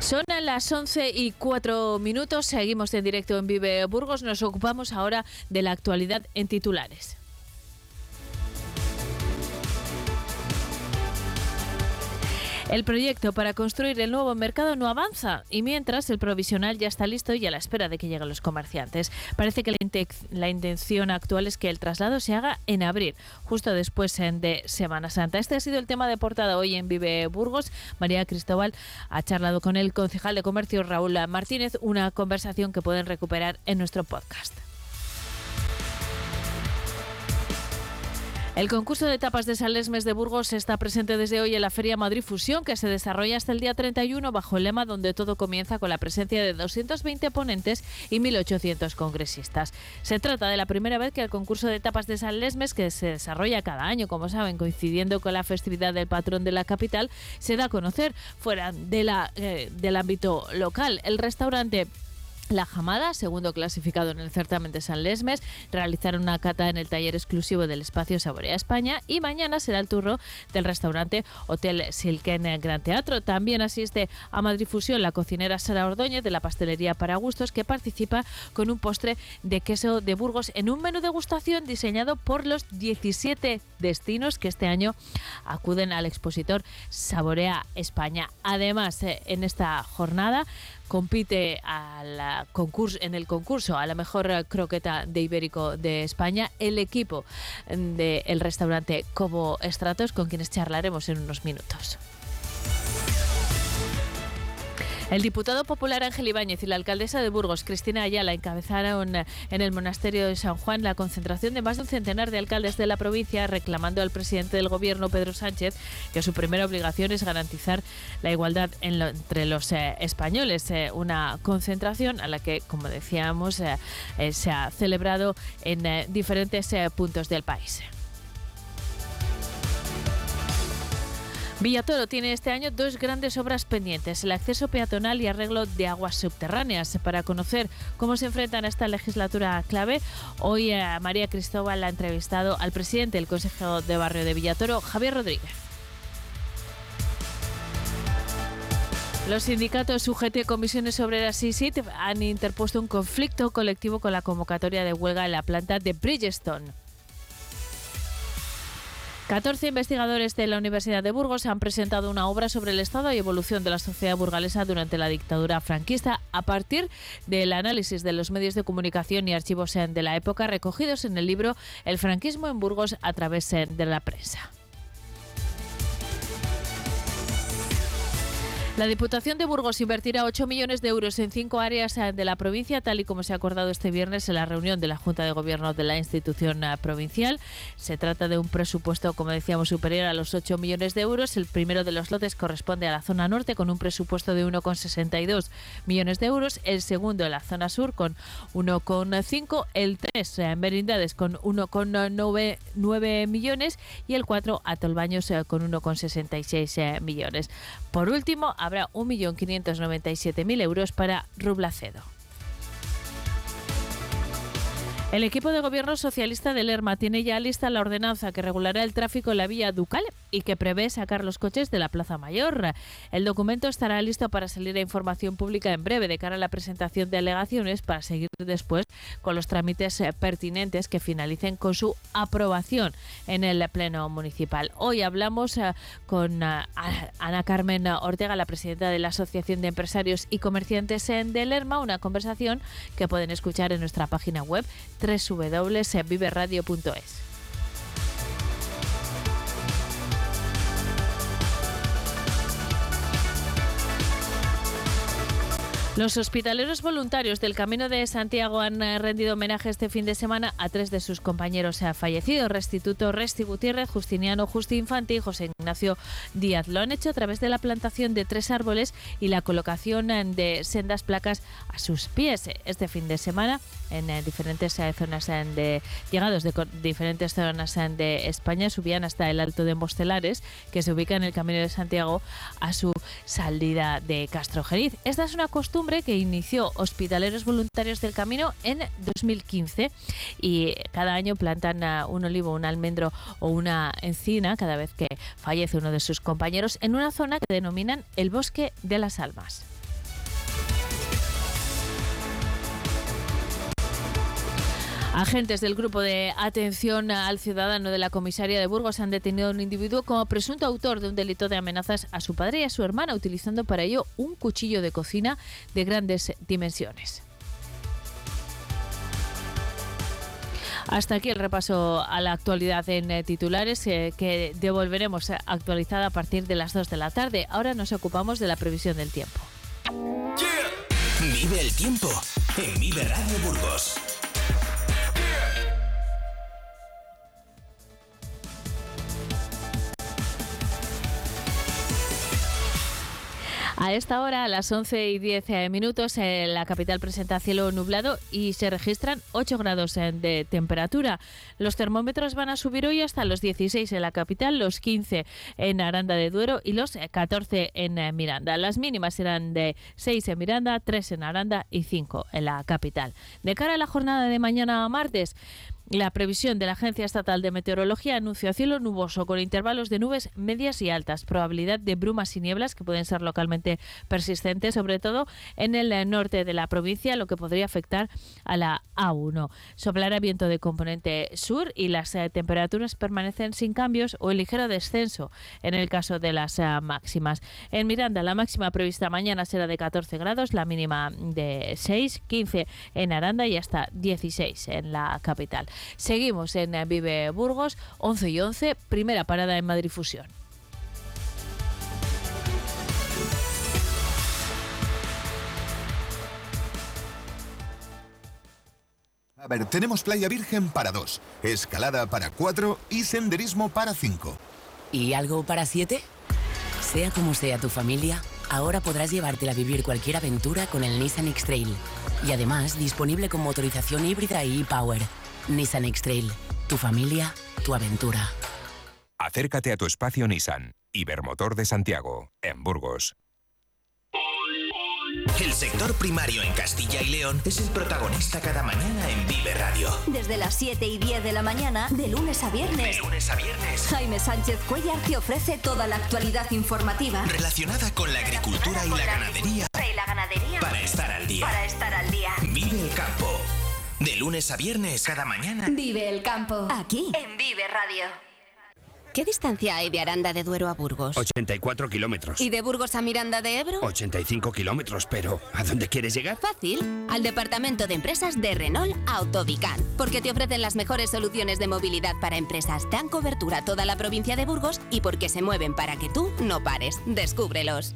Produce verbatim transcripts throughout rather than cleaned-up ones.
Son las once y cuatro minutos, seguimos en directo en Vive Burgos, nos ocupamos ahora de la actualidad en titulares. El proyecto para construir el nuevo mercado no avanza y mientras el provisional ya está listo y a la espera de que lleguen los comerciantes. Parece que la, inten- la intención actual es que el traslado se haga en abril, justo después de Semana Santa. Este ha sido el tema de portada hoy en Vive Burgos. María Cristóbal ha charlado con el concejal de Comercio Raúl Martínez, una conversación que pueden recuperar en nuestro podcast. El concurso de tapas de San Lesmes de Burgos está presente desde hoy en la Feria Madrid Fusión, que se desarrolla hasta el día treinta y uno bajo el lema Donde todo comienza, con la presencia de doscientos veinte ponentes y mil ochocientos congresistas. Se trata de la primera vez que el concurso de tapas de San Lesmes, que se desarrolla cada año, como saben, coincidiendo con la festividad del patrón de la capital, se da a conocer fuera de la, eh, del ámbito local. El restaurante La Jamada, segundo clasificado en el certamen de San Lesmes, realizaron una cata en el taller exclusivo del espacio Saborea España y mañana será el turno del restaurante Hotel Silken Gran Teatro. También asiste a Madrid Fusión la cocinera Sara Ordóñez de la pastelería Para Gustos, que participa con un postre de queso de Burgos en un menú degustación diseñado por los diecisiete destinos que este año acuden al expositor Saborea España. Además, en esta jornada compite a la concurso, en el concurso a la mejor croqueta de ibérico de España el equipo del restaurante Cobo Stratos, con quienes charlaremos en unos minutos. El diputado popular Ángel Ibáñez y la alcaldesa de Burgos, Cristina Ayala, encabezaron en el monasterio de San Juan la concentración de más de un centenar de alcaldes de la provincia, reclamando al presidente del gobierno, Pedro Sánchez, que su primera obligación es garantizar la igualdad en lo, entre los eh, españoles. Eh, una concentración a la que, como decíamos, eh, eh, se ha celebrado en eh, diferentes eh, puntos del país. Villatoro tiene este año dos grandes obras pendientes, el acceso peatonal y arreglo de aguas subterráneas. Para conocer cómo se enfrentan a esta legislatura clave, hoy eh, María Cristóbal ha entrevistado al presidente del Consejo de Barrio de Villatoro, Javier Rodríguez. Los sindicatos U G T, Comisiones Obreras y S I T han interpuesto un conflicto colectivo con la convocatoria de huelga en la planta de Bridgestone. catorce investigadores de la Universidad de Burgos han presentado una obra sobre el estado y evolución de la sociedad burgalesa durante la dictadura franquista, a partir del análisis de los medios de comunicación y archivos de la época recogidos en el libro El franquismo en Burgos a través de la prensa. La Diputación de Burgos invertirá ocho millones de euros en cinco áreas de la provincia, tal y como se ha acordado este viernes en la reunión de la Junta de Gobierno de la institución provincial. Se trata de un presupuesto, como decíamos, superior a los ocho millones de euros. El primero de los lotes corresponde a la zona norte, con un presupuesto de uno coma sesenta y dos millones de euros. El segundo en la zona sur, con uno coma cinco. El tres en Merindades, con uno coma nueve millones. Y el cuatro a Tolbaños, con uno coma sesenta y seis millones. Por último, habrá un millón quinientos noventa y siete mil euros para Rublacedo. El equipo de gobierno socialista de Lerma tiene ya lista la ordenanza que regulará el tráfico en la vía Ducal y que prevé sacar los coches de la Plaza Mayor. El documento estará listo para salir a información pública en breve, de cara a la presentación de alegaciones, para seguir después con los trámites pertinentes que finalicen con su aprobación en el Pleno Municipal. Hoy hablamos con Ana Carmen Ortega, la presidenta de la Asociación de Empresarios y Comerciantes de Lerma, una conversación que pueden escuchar en nuestra página web doble u doble u doble u punto vive radio punto es. Los hospitaleros voluntarios del Camino de Santiago han rendido homenaje este fin de semana a tres de sus compañeros fallecidos: Restituto Resti Gutiérrez, Justiniano Justi Infante y José Ignacio Díaz. Lo han hecho a través de la plantación de tres árboles y la colocación de sendas placas a sus pies. Este fin de semana, en diferentes zonas de llegados de diferentes zonas de España, subían hasta el Alto de Mostelares, que se ubica en el Camino de Santiago, a su salida de Castrojeriz. Esta es una costumbre que inició Hospitaleros Voluntarios del Camino en dos mil quince, y cada año plantan un olivo, un almendro o una encina cada vez que fallece uno de sus compañeros en una zona que denominan el Bosque de las Almas. Agentes del Grupo de Atención al Ciudadano de la Comisaría de Burgos han detenido a un individuo como presunto autor de un delito de amenazas a su padre y a su hermana, utilizando para ello un cuchillo de cocina de grandes dimensiones. Hasta aquí el repaso a la actualidad en eh, titulares eh, que devolveremos actualizada a partir de las dos de la tarde. Ahora nos ocupamos de la previsión del tiempo. Yeah. Vive el tiempo en Vive Radio Burgos. A esta hora, a las once y diez minutos, eh, la capital presenta cielo nublado y se registran ocho grados eh, de temperatura. Los termómetros van a subir hoy hasta los dieciséis en la capital, los quince en Aranda de Duero y los catorce en eh, Miranda. Las mínimas serán de seis en Miranda, tres en Aranda y cinco en la capital. De cara a la jornada de mañana martes, la previsión de la Agencia Estatal de Meteorología anuncia cielo nuboso con intervalos de nubes medias y altas, probabilidad de brumas y nieblas que pueden ser localmente persistentes, sobre todo en el norte de la provincia, lo que podría afectar a la A uno. Soplará viento de componente sur y las eh, temperaturas permanecen sin cambios o en ligero descenso en el caso de las eh, máximas. En Miranda, la máxima prevista mañana será de catorce grados, la mínima de seis, quince en Aranda y hasta dieciséis en la capital. Seguimos en Vive Burgos, once y once, primera parada en Madrid Fusión. A ver, tenemos playa virgen para dos, escalada para cuatro y senderismo para cinco. ¿Y algo para siete? Sea como sea tu familia, ahora podrás llevártela a vivir cualquier aventura con el Nissan X-Trail. Y además, disponible con motorización híbrida y e-Power. Nissan X-Trail. Tu familia, tu aventura. Acércate a tu espacio Nissan. Ibermotor de Santiago, en Burgos. El sector primario en Castilla y León es el protagonista cada mañana en Vive Radio. Desde las siete y diez de la mañana, de lunes a viernes. De lunes a viernes. Jaime Sánchez Cuellar te ofrece toda la actualidad informativa relacionada con la agricultura y la ganadería. Y la ganadería. Para estar al día. Para estar al día. Vive el campo. De lunes a viernes, cada mañana. Vive el campo. Aquí, en Vive Radio. ¿Qué distancia hay de Aranda de Duero a Burgos? ochenta y cuatro kilómetros. ¿Y de Burgos a Miranda de Ebro? ochenta y cinco kilómetros, pero ¿a dónde quieres llegar? Fácil, al departamento de empresas de Renault Autovican, porque te ofrecen las mejores soluciones de movilidad para empresas, dan cobertura a toda la provincia de Burgos y porque se mueven para que tú no pares. Descúbrelos.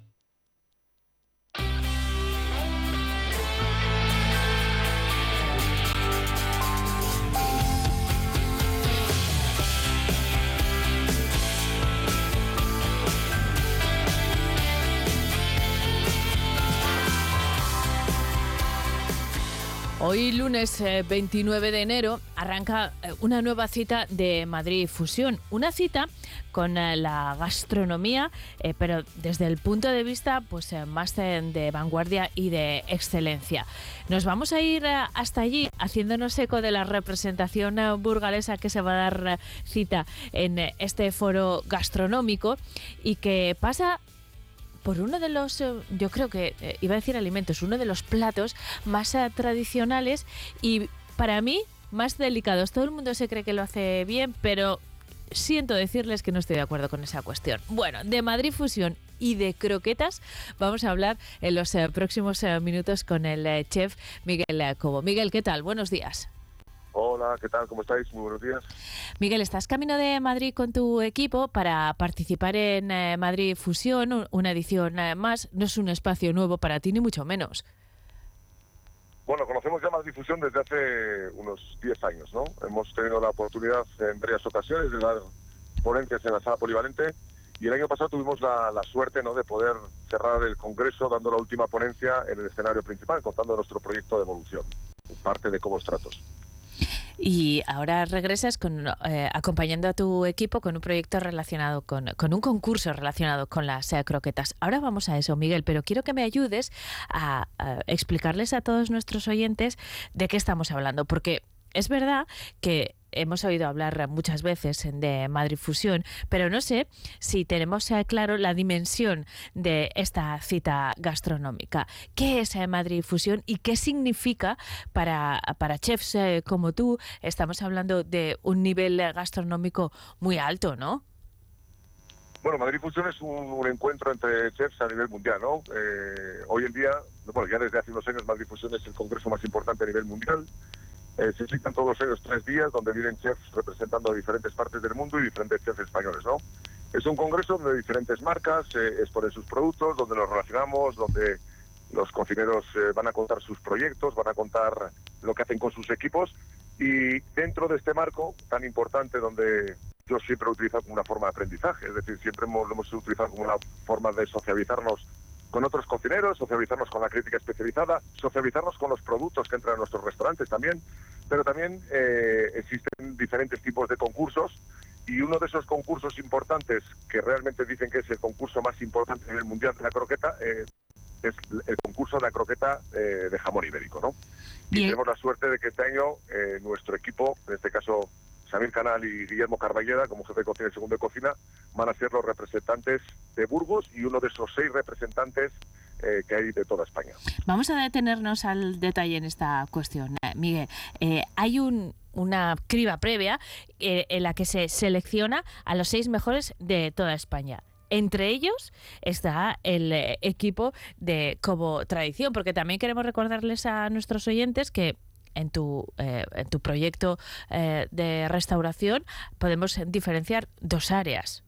Hoy, lunes eh, veintinueve de enero, arranca eh, una nueva cita de Madrid Fusión. Una cita con eh, la gastronomía, eh, pero desde el punto de vista pues, eh, más eh, de vanguardia y de excelencia. Nos vamos a ir eh, hasta allí, haciéndonos eco de la representación eh, burgalesa que se va a dar eh, cita en eh, este foro gastronómico y que pasa por uno de los, yo creo que, eh, iba a decir alimentos, uno de los platos más eh, tradicionales y para mí más delicados. Todo el mundo se cree que lo hace bien, pero siento decirles que no estoy de acuerdo con esa cuestión. Bueno, de Madrid Fusión y de croquetas vamos a hablar en los eh, próximos eh, minutos con el eh, chef Miguel eh, Cobo. Miguel, ¿qué tal? Buenos días. Hola, ¿qué tal? ¿Cómo estáis? Muy buenos días. Miguel, estás camino de Madrid con tu equipo para participar en eh, Madrid Fusión, una edición eh, más. No es un espacio nuevo para ti, ni mucho menos. Bueno, conocemos ya Madrid Fusión desde hace unos diez años, ¿no? Hemos tenido la oportunidad en varias ocasiones de dar ponencias en la sala polivalente y el año pasado tuvimos la, la suerte, ¿no?, de poder cerrar el congreso dando la última ponencia en el escenario principal, contando nuestro proyecto de evolución, parte de Cobos Tratos. Y ahora regresas con, eh, acompañando a tu equipo con un proyecto relacionado con, con un concurso relacionado con las eh, croquetas. Ahora vamos a eso, Miguel, pero quiero que me ayudes a, a explicarles a todos nuestros oyentes de qué estamos hablando, porque es verdad que hemos oído hablar muchas veces de Madrid Fusión, pero no sé si tenemos eh, claro la dimensión de esta cita gastronómica. ¿Qué es eh, Madrid Fusión y qué significa para, para chefs eh, como tú? Estamos hablando de un nivel gastronómico muy alto, ¿no? Bueno, Madrid Fusión es un, un encuentro entre chefs a nivel mundial, ¿no? Eh, hoy en día, bueno, ya desde hace unos años Madrid Fusión es el congreso más importante a nivel mundial. Eh, se citan todos los años tres días donde vienen chefs representando diferentes partes del mundo y diferentes chefs españoles, ¿no? Es un congreso donde diferentes marcas eh, exponen sus productos, donde nos relacionamos, donde los cocineros eh, van a contar sus proyectos, van a contar lo que hacen con sus equipos, y dentro de este marco tan importante donde yo siempre he utilizado como una forma de aprendizaje, es decir, siempre hemos, lo hemos utilizado como una forma de sociabilizarnos con otros cocineros, sociabilizarnos con la crítica especializada, sociabilizarnos con los productos que entran a nuestros restaurantes también, pero también eh, existen diferentes tipos de concursos, y uno de esos concursos importantes, que realmente dicen que es el concurso más importante a nivel mundial de la croqueta, eh, es el concurso de la croqueta eh, de jamón ibérico, ¿no? Y tenemos la suerte de que este año eh, nuestro equipo, en este caso Samir Canal y Guillermo Carballeda, como jefe de cocina y segundo de cocina, van a ser los representantes de Burgos y uno de esos seis representantes eh, que hay de toda España. Vamos a detenernos al detalle en esta cuestión, eh, Miguel. Eh, hay un, una criba previa eh, en la que se selecciona a los seis mejores de toda España. Entre ellos está el eh, equipo de Cobo Tradición, porque también queremos recordarles a nuestros oyentes que en tu, eh, en tu proyecto eh, de restauración podemos diferenciar dos áreas.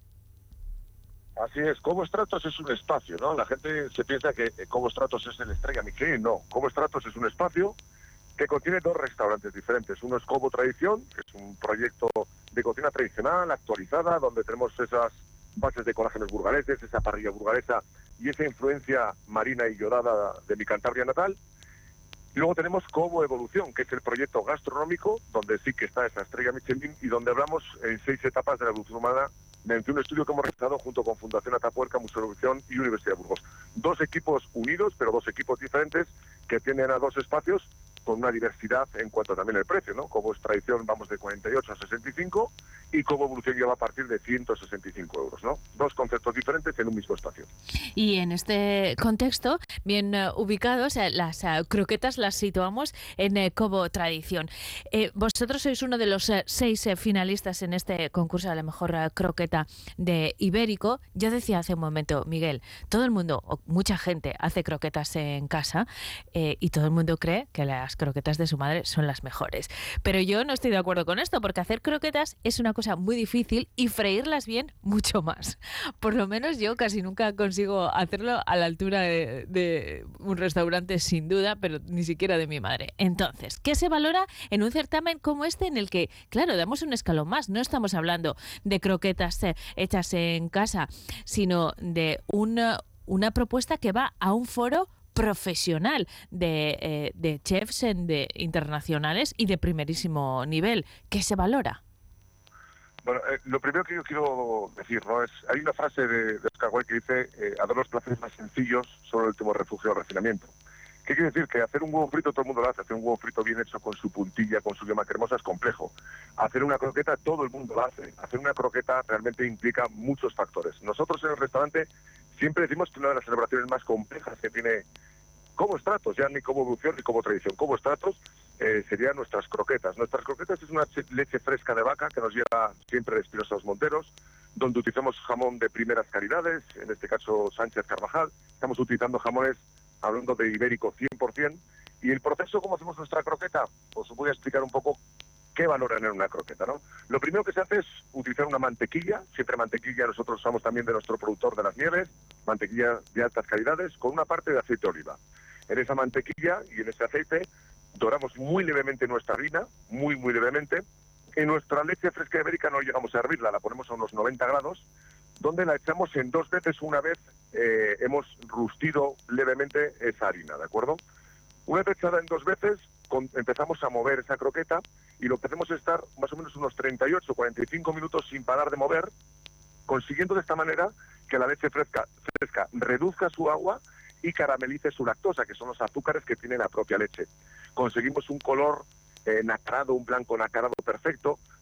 Así es, Cobo Stratos es un espacio, ¿no? La gente se piensa que Cobo Stratos es el estrella Michelin, no. Cobo Stratos es un espacio que contiene dos restaurantes diferentes. Uno es Cobo Tradición, que es un proyecto de cocina tradicional, actualizada, donde tenemos esas bases de colágenos burgaleses, esa parrilla burgalesa y esa influencia marina y yodada de mi Cantabria natal. Y luego tenemos Cobo Evolución, que es el proyecto gastronómico, donde sí que está esa estrella Michelin y donde hablamos en seis etapas de la evolución humana mediante un estudio que hemos realizado junto con Fundación Atapuerca, Museo de Evolución y Universidad de Burgos. Dos equipos unidos, pero dos equipos diferentes que tienen a dos espacios con una diversidad en cuanto también el precio, ¿no? Cobo es Tradición, vamos de cuarenta y ocho a sesenta y cinco y Cobo Evolución ya va a partir de ciento sesenta y cinco euros, ¿no? Dos conceptos diferentes en un mismo espacio. Y en este contexto, bien uh, ubicados, uh, las uh, croquetas las situamos en uh, Cobo Tradición. Eh, vosotros sois uno de los uh, seis uh, finalistas en este concurso de la mejor uh, croqueta de Ibérico. Yo decía hace un momento, Miguel, todo el mundo, o mucha gente, hace croquetas en casa eh, y todo el mundo cree que las croquetas de su madre son las mejores. Pero yo no estoy de acuerdo con esto, porque hacer croquetas es una cosa muy difícil y freírlas bien mucho más. Por lo menos yo casi nunca consigo hacerlo a la altura de, de un restaurante, sin duda, pero ni siquiera de mi madre. Entonces, ¿qué se valora en un certamen como este en el que, claro, damos un escalón más? No estamos hablando de croquetas eh, hechas en casa, sino de una, una propuesta que va a un foro profesional de, eh, de chefs en, de internacionales y de primerísimo nivel. ¿Qué se valora? Bueno, eh, lo primero que yo quiero decir, ¿no? Es, hay una frase de, de Oscar Wilde que dice eh, a dar los placeres más sencillos son el último refugio del refinamiento. ¿Qué quiere decir? Que hacer un huevo frito todo el mundo lo hace. Hacer un huevo frito bien hecho con su puntilla, con su yema cremosa es complejo. Hacer una croqueta todo el mundo lo hace. Hacer una croqueta realmente implica muchos factores. Nosotros en el restaurante siempre decimos que una de las celebraciones más complejas que tiene Cobo Stratos, ya ni Cobo Evolución ni Cobo Tradición, Cobo Stratos eh, serían nuestras croquetas. Nuestras croquetas es una leche fresca de vaca que nos lleva siempre de Espinosa Los Monteros, donde utilizamos jamón de primeras calidades, en este caso Sánchez Carvajal. Estamos utilizando jamones, hablando de ibérico cien por ciento. Y el proceso, ¿cómo hacemos nuestra croqueta? Os voy a explicar un poco qué valoran en una croqueta, ¿no? Lo primero que se hace es utilizar una mantequilla, siempre mantequilla, nosotros usamos también de nuestro productor de las nieves, mantequilla de altas calidades, con una parte de aceite de oliva. En esa mantequilla y en ese aceite doramos muy levemente nuestra harina, muy, muy levemente. En nuestra leche fresca ibérica no llegamos a hervirla, la ponemos a unos noventa grados, donde la echamos en dos veces. Una vez eh, hemos rustido levemente esa harina, ¿de acuerdo? Una vez echada en dos veces, con, empezamos a mover esa croqueta y lo que hacemos es estar más o menos unos treinta y ocho a cuarenta y cinco minutos sin parar de mover, consiguiendo de esta manera que la leche fresca, fresca reduzca su agua y caramelice su lactosa, que son los azúcares que tiene la propia leche. Conseguimos un color eh, nacarado, un blanco nacarado perfecto,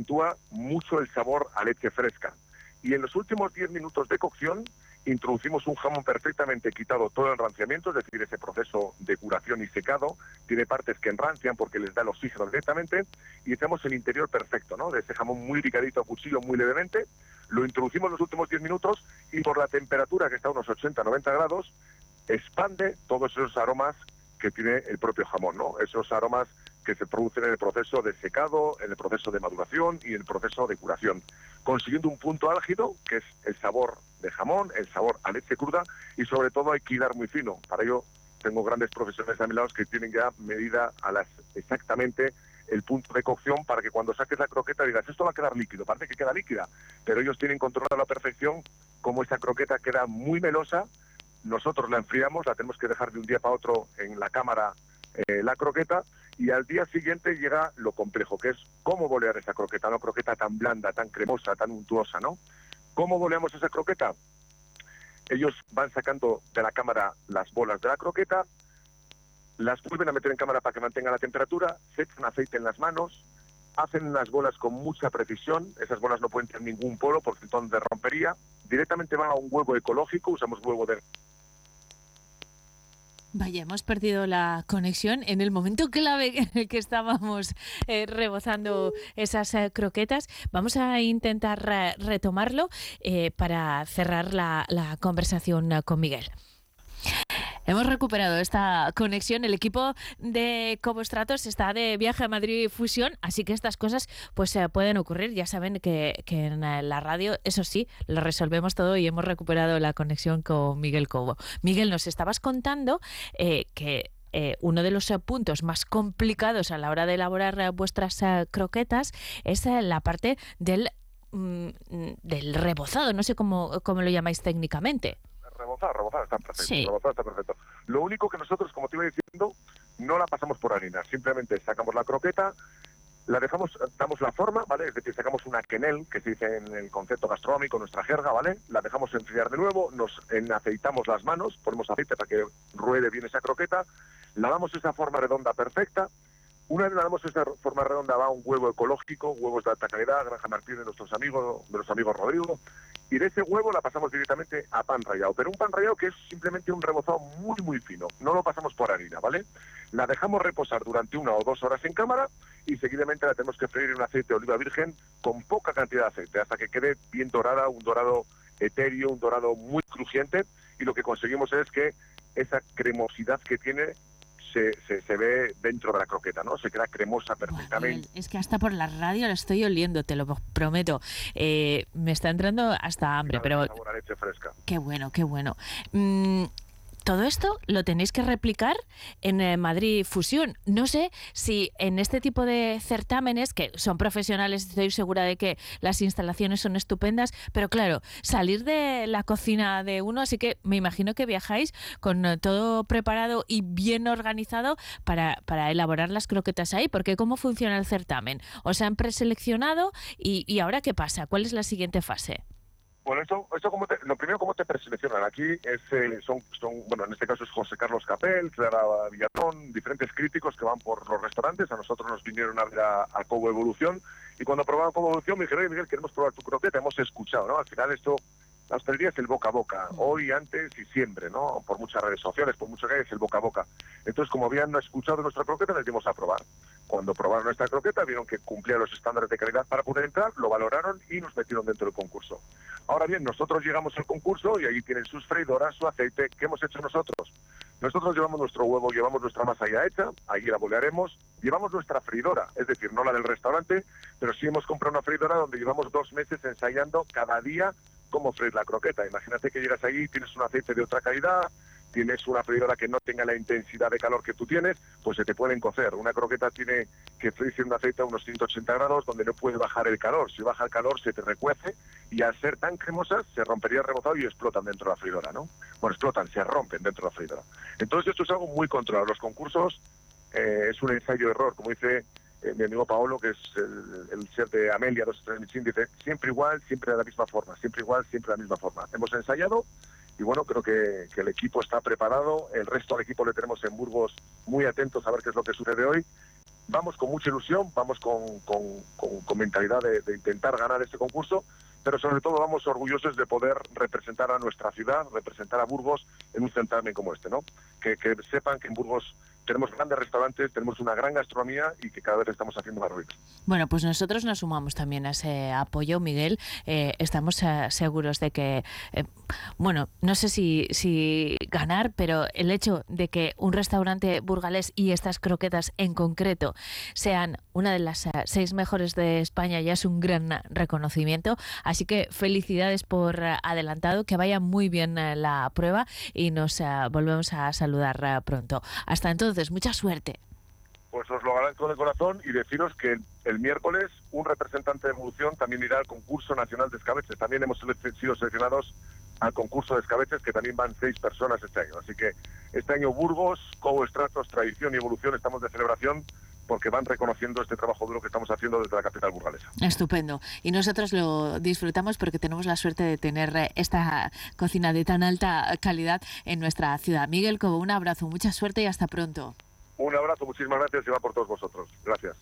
acentúa mucho el sabor a leche fresca. Y en los últimos diez minutos de cocción introducimos un jamón perfectamente quitado todo el enranciamiento, es decir, ese proceso de curación y secado. Tiene partes que enrancian porque les da el oxígeno directamente, y hacemos el interior perfecto, ¿no? De ese jamón muy picadito a cuchillo, muy levemente. Lo introducimos en los últimos diez minutos y por la temperatura, que está a unos ochenta a noventa grados, expande todos esos aromas que tiene el propio jamón, ¿no? Esos aromas que se producen en el proceso de secado, en el proceso de maduración y en el proceso de curación, consiguiendo un punto álgido, que es el sabor de jamón, el sabor a leche cruda, y sobre todo hay que hilar muy fino. Para ello tengo grandes profesionales a mi lado que tienen ya medida a las exactamente el punto de cocción para que cuando saques la croqueta digas, esto va a quedar líquido, parece que queda líquida, pero ellos tienen controlado a la perfección cómo esta croqueta queda muy melosa. Nosotros la enfriamos, la tenemos que dejar de un día para otro en la cámara, eh, la croqueta, y al día siguiente llega lo complejo, que es cómo bolear esa croqueta, una croqueta tan blanda, tan cremosa, tan untuosa, ¿no? ¿Cómo boleamos esa croqueta? Ellos van sacando de la cámara las bolas de la croqueta, las vuelven a meter en cámara para que mantenga la temperatura, se echan aceite en las manos, hacen unas bolas con mucha precisión, esas bolas no pueden tener ningún poro porque entonces rompería, directamente van a un huevo ecológico, usamos huevo de... Vaya, hemos perdido la conexión en el momento clave en el que estábamos eh, rebozando esas eh, croquetas. Vamos a intentar re- retomarlo eh, para cerrar la, la conversación eh, con Miguel. Hemos recuperado esta conexión. El equipo de Cobo Stratos está de viaje a Madrid Fusión, así que estas cosas pues eh, pueden ocurrir. Ya saben que, que en la radio, eso sí, lo resolvemos todo y hemos recuperado la conexión con Miguel Cobo. Miguel, nos estabas contando eh, que eh, uno de los eh, puntos más complicados a la hora de elaborar eh, vuestras eh, croquetas es eh, la parte del, mm, del rebozado. No sé cómo, cómo lo llamáis técnicamente. Rebozar, rebozar está perfecto, Sí. rebozar está perfecto. Lo único que nosotros, como te iba diciendo, no la pasamos por harina, simplemente sacamos la croqueta, la dejamos, damos la forma, ¿vale? Es decir, sacamos una quenelle, que se dice en el concepto gastronómico, nuestra jerga, ¿vale? La dejamos enfriar de nuevo, nos aceitamos las manos, ponemos aceite para que ruede bien esa croqueta, la damos esa forma redonda perfecta. Una vez le damos esa forma redonda, va un huevo ecológico, huevos de alta calidad, Granja Martín de nuestros amigos, de los amigos Rodrigo, y de ese huevo la pasamos directamente a pan rallado, pero un pan rallado que es simplemente un rebozado muy muy fino, no lo pasamos por harina, ¿vale? La dejamos reposar durante una o dos horas en cámara y seguidamente la tenemos que freír en un aceite de oliva virgen con poca cantidad de aceite, hasta que quede bien dorada, un dorado etéreo, un dorado muy crujiente, y lo que conseguimos es que esa cremosidad que tiene Se, se, se ve dentro de la croqueta, ¿no? Se queda cremosa perfectamente. Bueno, es que hasta por la radio la estoy oliendo, te lo prometo. Eh, me está entrando hasta hambre, pero... Sabor a leche fresca. Qué bueno, qué bueno. Mm, todo esto lo tenéis que replicar en eh, Madrid Fusión. No sé si en este tipo de certámenes, que son profesionales, estoy segura de que las instalaciones son estupendas, pero claro, salir de la cocina de uno, así que me imagino que viajáis con eh, todo preparado y bien organizado para, para elaborar las croquetas ahí, porque ¿cómo funciona el certamen? ¿Os han preseleccionado y, y ahora qué pasa? ¿Cuál es la siguiente fase? Bueno, esto, esto como te, lo primero, ¿cómo te preseleccionan? Aquí es, eh, son, son, bueno, en este caso es José Carlos Capel, Clara Villatón, diferentes críticos que van por los restaurantes. A nosotros nos vinieron a ver a, a Cobo Evolución, y cuando probaban Cobo Evolución me dijeron, oye Miguel, queremos probar tu croqueta, hemos escuchado, ¿no? Al final esto, la hostelería es el boca a boca, hoy, antes y siempre, ¿no? Por muchas redes sociales, por mucho que hay, es el boca a boca. Entonces, como habían escuchado nuestra croqueta, les dimos a probar. Cuando probaron nuestra croqueta, vieron que cumplía los estándares de calidad para poder entrar, lo valoraron y nos metieron dentro del concurso. Ahora bien, nosotros llegamos al concurso y ahí tienen sus freidoras, su aceite. ¿Qué hemos hecho nosotros? Nosotros llevamos nuestro huevo, llevamos nuestra masa ya hecha, ahí la bolearemos, llevamos nuestra freidora, es decir, no la del restaurante, pero sí hemos comprado una freidora donde llevamos dos meses ensayando cada día cómo freír la croqueta. Imagínate que llegas allí, tienes un aceite de otra calidad, tienes una freidora que no tenga la intensidad de calor que tú tienes, pues se te pueden cocer. Una croqueta tiene que freírse en un aceite a unos ciento ochenta grados donde no puede bajar el calor. Si baja el calor se te recuece y al ser tan cremosas se rompería el rebozado y explotan dentro de la freidora, ¿no? Bueno, explotan, se rompen dentro de la freidora. Entonces esto es algo muy controlado. Los concursos eh, es un ensayo-error, como dice eh, mi amigo Paolo, que es el, el chef de Amelia, dos tres Michelin, dice siempre igual, siempre de la misma forma, siempre igual, siempre de la misma forma. Hemos ensayado. Y bueno, creo que, que el equipo está preparado, el resto del equipo le tenemos en Burgos muy atentos a ver qué es lo que sucede hoy. vamos con mucha ilusión, vamos con, con, con, con mentalidad de, de intentar ganar este concurso, pero sobre todo vamos orgullosos de poder representar a nuestra ciudad, representar a Burgos en un certamen como este, ¿no? Que, que sepan que en Burgos tenemos grandes restaurantes, tenemos una gran gastronomía y que cada vez estamos haciendo más ricos. Bueno, pues nosotros nos sumamos también a ese apoyo, Miguel. Eh, estamos eh, seguros de que, eh, bueno, no sé si, si ganar, pero el hecho de que un restaurante burgalés y estas croquetas en concreto sean una de las uh, seis mejores de España ya es un gran reconocimiento. Así que felicidades por uh, adelantado, que vaya muy bien uh, la prueba y nos uh, volvemos a saludar uh, pronto. Hasta entonces. Entonces, mucha suerte. Pues os lo agradezco de corazón y deciros que el, el miércoles un representante de Evolución también irá al concurso nacional de escabeches. También hemos sido seleccionados al concurso de escabeches, que también van seis personas este año. Así que este año Burgos, Cobo Estratos, Tradición y Evolución estamos de celebración porque van reconociendo este trabajo duro que estamos haciendo desde la capital burgalesa. Estupendo. Y nosotros lo disfrutamos porque tenemos la suerte de tener esta cocina de tan alta calidad en nuestra ciudad. Miguel Cobo, un abrazo, mucha suerte y hasta pronto. Un abrazo, muchísimas gracias y va por todos vosotros. Gracias.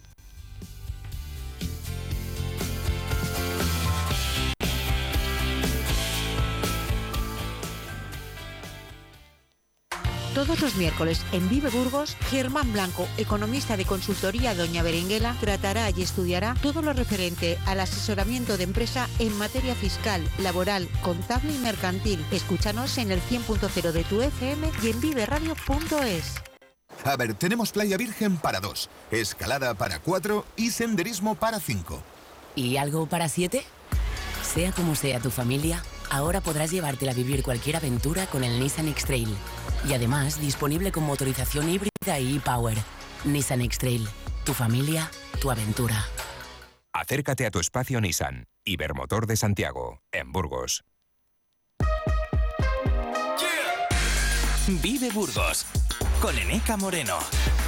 Todos los miércoles en Vive Burgos, Germán Blanco, economista de consultoría Doña Berenguela, tratará y estudiará todo lo referente al asesoramiento de empresa en materia fiscal, laboral, contable y mercantil. Escúchanos en el cien punto cero de tu F M y en vive radio punto es. A ver, tenemos playa virgen para dos, escalada para cuatro y senderismo para cinco. ¿Y algo para siete? Sea como sea tu familia, ahora podrás llevártela a vivir cualquier aventura con el Nissan X-Trail. Y además, disponible con motorización híbrida y e-Power. Nissan X-Trail. Tu familia, tu aventura. Acércate a tu espacio Nissan. Ibermotor de Santiago, en Burgos. Yeah. Vive Burgos, con Eneca Moreno.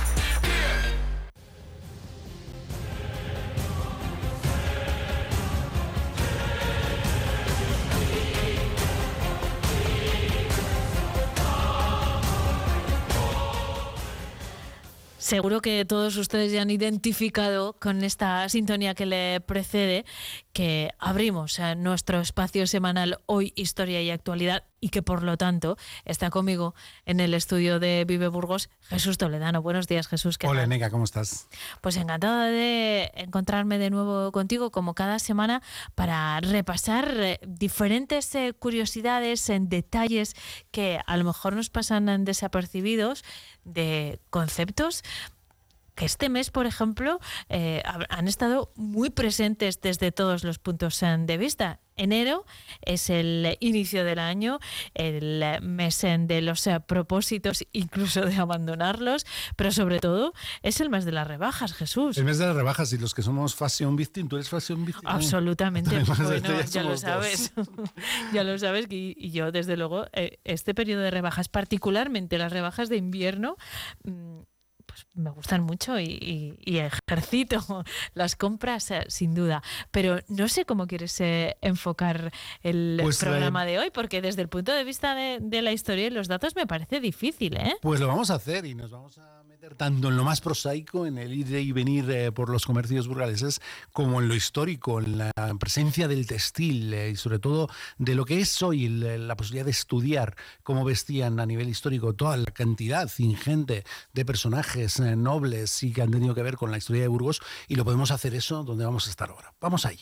Seguro que todos ustedes ya han identificado con esta sintonía que le precede que abrimos nuestro espacio semanal Hoy, Historia y Actualidad y que por lo tanto está conmigo en el estudio de Vive Burgos Jesús Toledano. Buenos días, Jesús. ¿Qué Hola, tal? Neca, ¿cómo estás? Pues encantada de encontrarme de nuevo contigo como cada semana para repasar diferentes eh, curiosidades en detalles que a lo mejor nos pasan desapercibidos, de conceptos que este mes, por ejemplo, eh, han estado muy presentes desde todos los puntos de vista. Enero es el inicio del año, el mes de los propósitos, incluso de abandonarlos, pero sobre todo es el mes de las rebajas, Jesús. El mes de las rebajas, y los que somos fashion victim, ¿tú eres fashion victim? Absolutamente. Además, bueno, ya, ya lo sabes. Ya lo sabes, y, y yo, desde luego, eh, este periodo de rebajas, particularmente las rebajas de invierno, mmm, pues me gustan mucho y, y, y ejercito las compras eh, sin duda, pero no sé cómo quieres eh, enfocar el pues, programa eh, de hoy, porque desde el punto de vista de, de la historia y los datos me parece difícil, ¿eh? Pues lo vamos a hacer y nos vamos a meter tanto en lo más prosaico, en el ir y venir eh, por los comercios burgaleses, como en lo histórico, en la presencia del textil eh, y sobre todo de lo que es hoy la, la posibilidad de estudiar cómo vestían a nivel histórico toda la cantidad ingente de personajes nobles y que han tenido que ver con la historia de Burgos, y lo podemos hacer eso donde vamos a estar ahora. Vamos allí.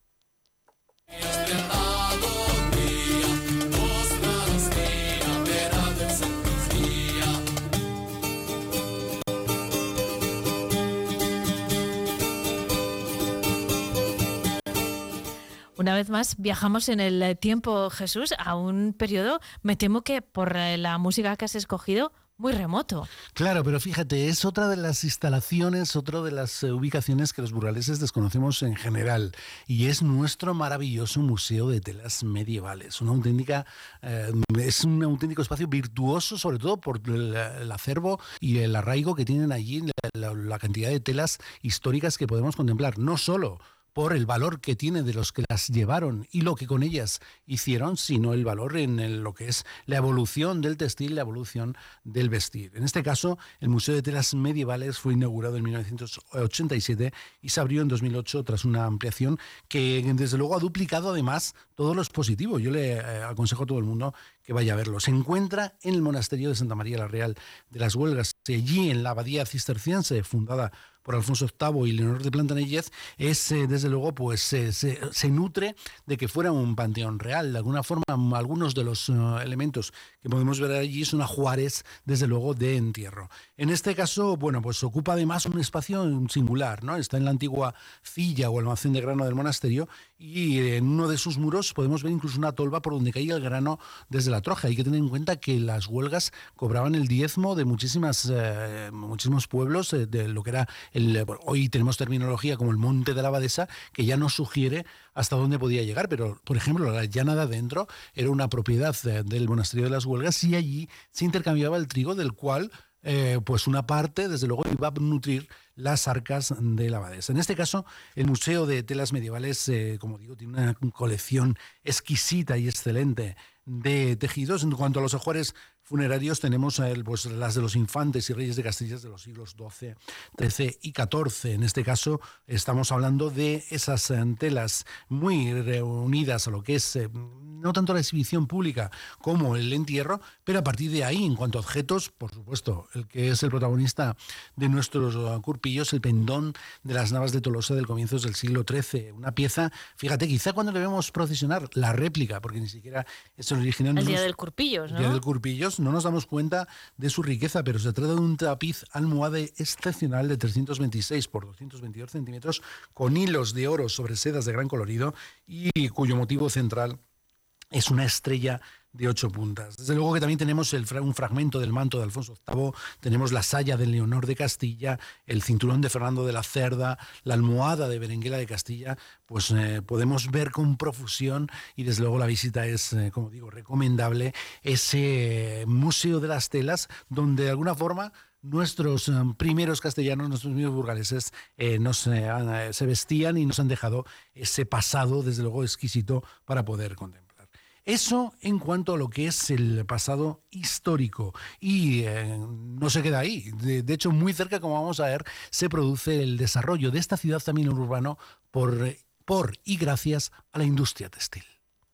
Una vez más viajamos en el tiempo, Jesús, a un periodo, me temo que por la música que has escogido, muy remoto. Claro, pero fíjate, es otra de las instalaciones, otra de las ubicaciones que los burgaleses desconocemos en general, y es nuestro maravilloso Museo de Telas Medievales. Una auténtica, eh, es un auténtico espacio virtuoso, sobre todo por el, el acervo y el arraigo que tienen allí, la, la, la cantidad de telas históricas que podemos contemplar, no solo por el valor que tiene de los que las llevaron y lo que con ellas hicieron, sino el valor en el, lo que es la evolución del textil, la evolución del vestir. En este caso, el Museo de Telas Medievales fue inaugurado en mil novecientos ochenta y siete y se abrió en dos mil ocho tras una ampliación que desde luego ha duplicado además todo lo expositivo. Yo le eh, aconsejo a todo el mundo que vaya a verlo. Se encuentra en el monasterio de Santa María la Real de las Huelgas, allí en la abadía cisterciense fundada por Alfonso octavo y Leonor de Plantanellaez, es eh, desde luego pues eh, se, se nutre de que fuera un panteón real. De alguna forma, algunos de los uh, elementos que podemos ver allí son ajuares, desde luego, de entierro. En este caso, bueno, pues ocupa además un espacio singular, ¿no? Está en la antigua cilla o almacén de grano del monasterio y en uno de sus muros podemos ver incluso una tolva por donde caía el grano desde la troja. Hay que tener en cuenta que las huelgas cobraban el diezmo de muchísimas, eh, muchísimos pueblos eh, de lo que era el, hoy tenemos terminología como el Monte de la Abadesa, que ya nos sugiere hasta dónde podía llegar, pero por ejemplo la llana de adentro era una propiedad eh, del monasterio de las Huelgas y allí se intercambiaba el trigo, del cual Eh, pues una parte, desde luego, iba a nutrir las arcas de la abadesa. En este caso, el Museo de Telas Medievales, eh, como digo, tiene una colección exquisita y excelente de tejidos. En cuanto a los ajuares funerarios, tenemos el, pues, las de los infantes y reyes de Castilla de los siglos doce, trece y catorce. En este caso, estamos hablando de esas eh, telas muy reunidas a lo que es eh, no tanto la exhibición pública como el entierro, pero a partir de ahí, en cuanto a objetos, por supuesto, el que es el protagonista de nuestros uh, curpillos, el pendón de las Navas de Tolosa del comienzos del siglo trece. Una pieza, fíjate, quizá cuando le vemos procesionar la réplica, porque ni siquiera es el original. El día nos, del curpillos, ¿no? El día del curpillos, no nos damos cuenta de su riqueza, pero se trata de un tapiz almohade excepcional de trescientos veintiséis por doscientos veintidós centímetros, con hilos de oro sobre sedas de gran colorido y cuyo motivo central es una estrella de ocho puntas. Desde luego que también tenemos el, un fragmento del manto de Alfonso octavo, tenemos la saya de Leonor de Castilla, el cinturón de Fernando de la Cerda, la almohada de Berenguela de Castilla, pues eh, podemos ver con profusión y desde luego la visita es, eh, como digo, recomendable, ese Museo de las Telas, donde de alguna forma nuestros um, primeros castellanos, nuestros primeros burgaleses, eh, nos, eh, se vestían y nos han dejado ese pasado, desde luego, exquisito para poder contemplar. Eso en cuanto a lo que es el pasado histórico. Y eh, no se queda ahí. De, de hecho, muy cerca, como vamos a ver, se produce el desarrollo de esta ciudad también urbano por, por y gracias a la industria textil.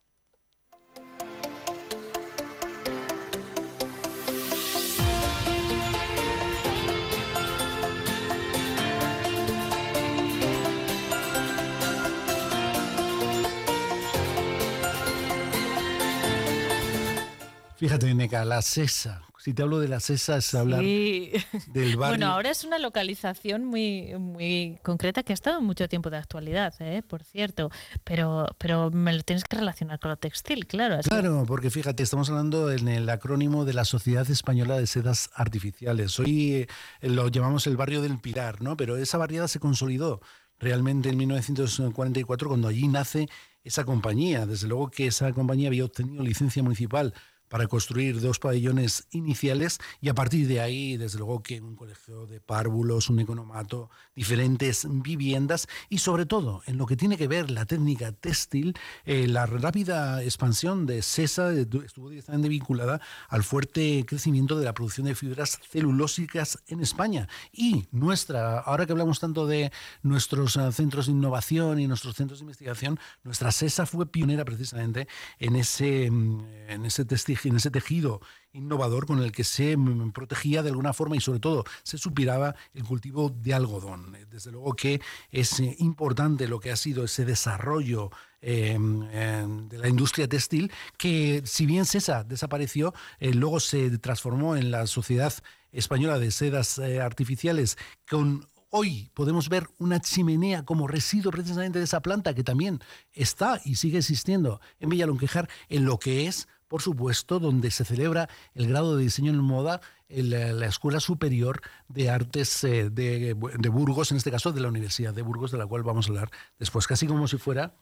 Fíjate, Neca, la Sesa. Si te hablo de la Sesa es hablar sí. del barrio. Bueno, ahora es una localización muy, muy concreta que ha estado mucho tiempo de actualidad, ¿eh? Por cierto. Pero, pero me lo tienes que relacionar con lo textil, claro. Así. Claro, porque fíjate, estamos hablando en el acrónimo de la Sociedad Española de Sedas Artificiales. Hoy eh, lo llamamos el barrio del Pilar, ¿no? Pero esa barriada se consolidó realmente en mil novecientos cuarenta y cuatro, cuando allí nace esa compañía. Desde luego que esa compañía había obtenido licencia municipal para construir dos pabellones iniciales y a partir de ahí, desde luego que un colegio de párvulos, un economato, diferentes viviendas y sobre todo en lo que tiene que ver la técnica textil, eh, la rápida expansión de Sesa estuvo directamente vinculada al fuerte crecimiento de la producción de fibras celulósicas en España. Y nuestra, ahora que hablamos tanto de nuestros uh, centros de innovación y nuestros centros de investigación, nuestra Sesa fue pionera precisamente en ese, en ese textil, en ese tejido innovador con el que se protegía de alguna forma y sobre todo se suspiraba el cultivo de algodón. Desde luego que es importante lo que ha sido ese desarrollo eh, eh, de la industria textil, que si bien Sesa desapareció, eh, luego se transformó en la Sociedad Española de Sedas eh, Artificiales, con hoy podemos ver una chimenea como residuo precisamente de esa planta que también está y sigue existiendo en Villalonquejar, en lo que es, por supuesto, donde se celebra el grado de diseño en moda en la, la Escuela Superior de Artes eh, de, de Burgos, en este caso de la Universidad de Burgos, de la cual vamos a hablar después, casi como si fuera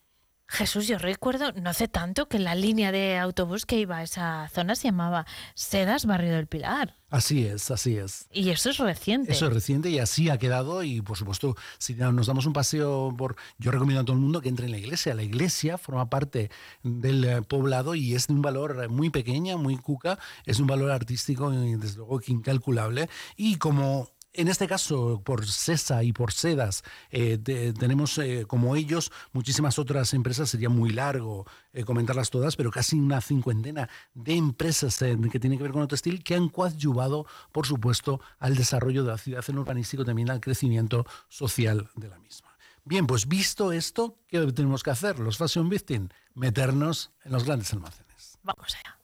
Jesús, yo recuerdo no hace tanto que la línea de autobús que iba a esa zona se llamaba Sedas Barrio del Pilar. Así es, así es. Y eso es reciente. Eso es reciente y así ha quedado. Y por supuesto, si nos damos un paseo por... Yo recomiendo a todo el mundo que entre en la iglesia. La iglesia forma parte del poblado y es de un valor muy pequeña, muy cuca. Es un valor artístico y desde luego que incalculable. Y como... En este caso, por Sesa y por Sedas, eh, de, tenemos eh, como ellos muchísimas otras empresas, sería muy largo eh, comentarlas todas, pero casi una cincuentena de empresas eh, que tienen que ver con el textil que han coadyuvado, por supuesto, al desarrollo de la ciudad, en urbanístico, también al crecimiento social de la misma. Bien, pues visto esto, ¿qué tenemos que hacer? Los Fashion Victim, meternos en los grandes almacenes. Vamos allá.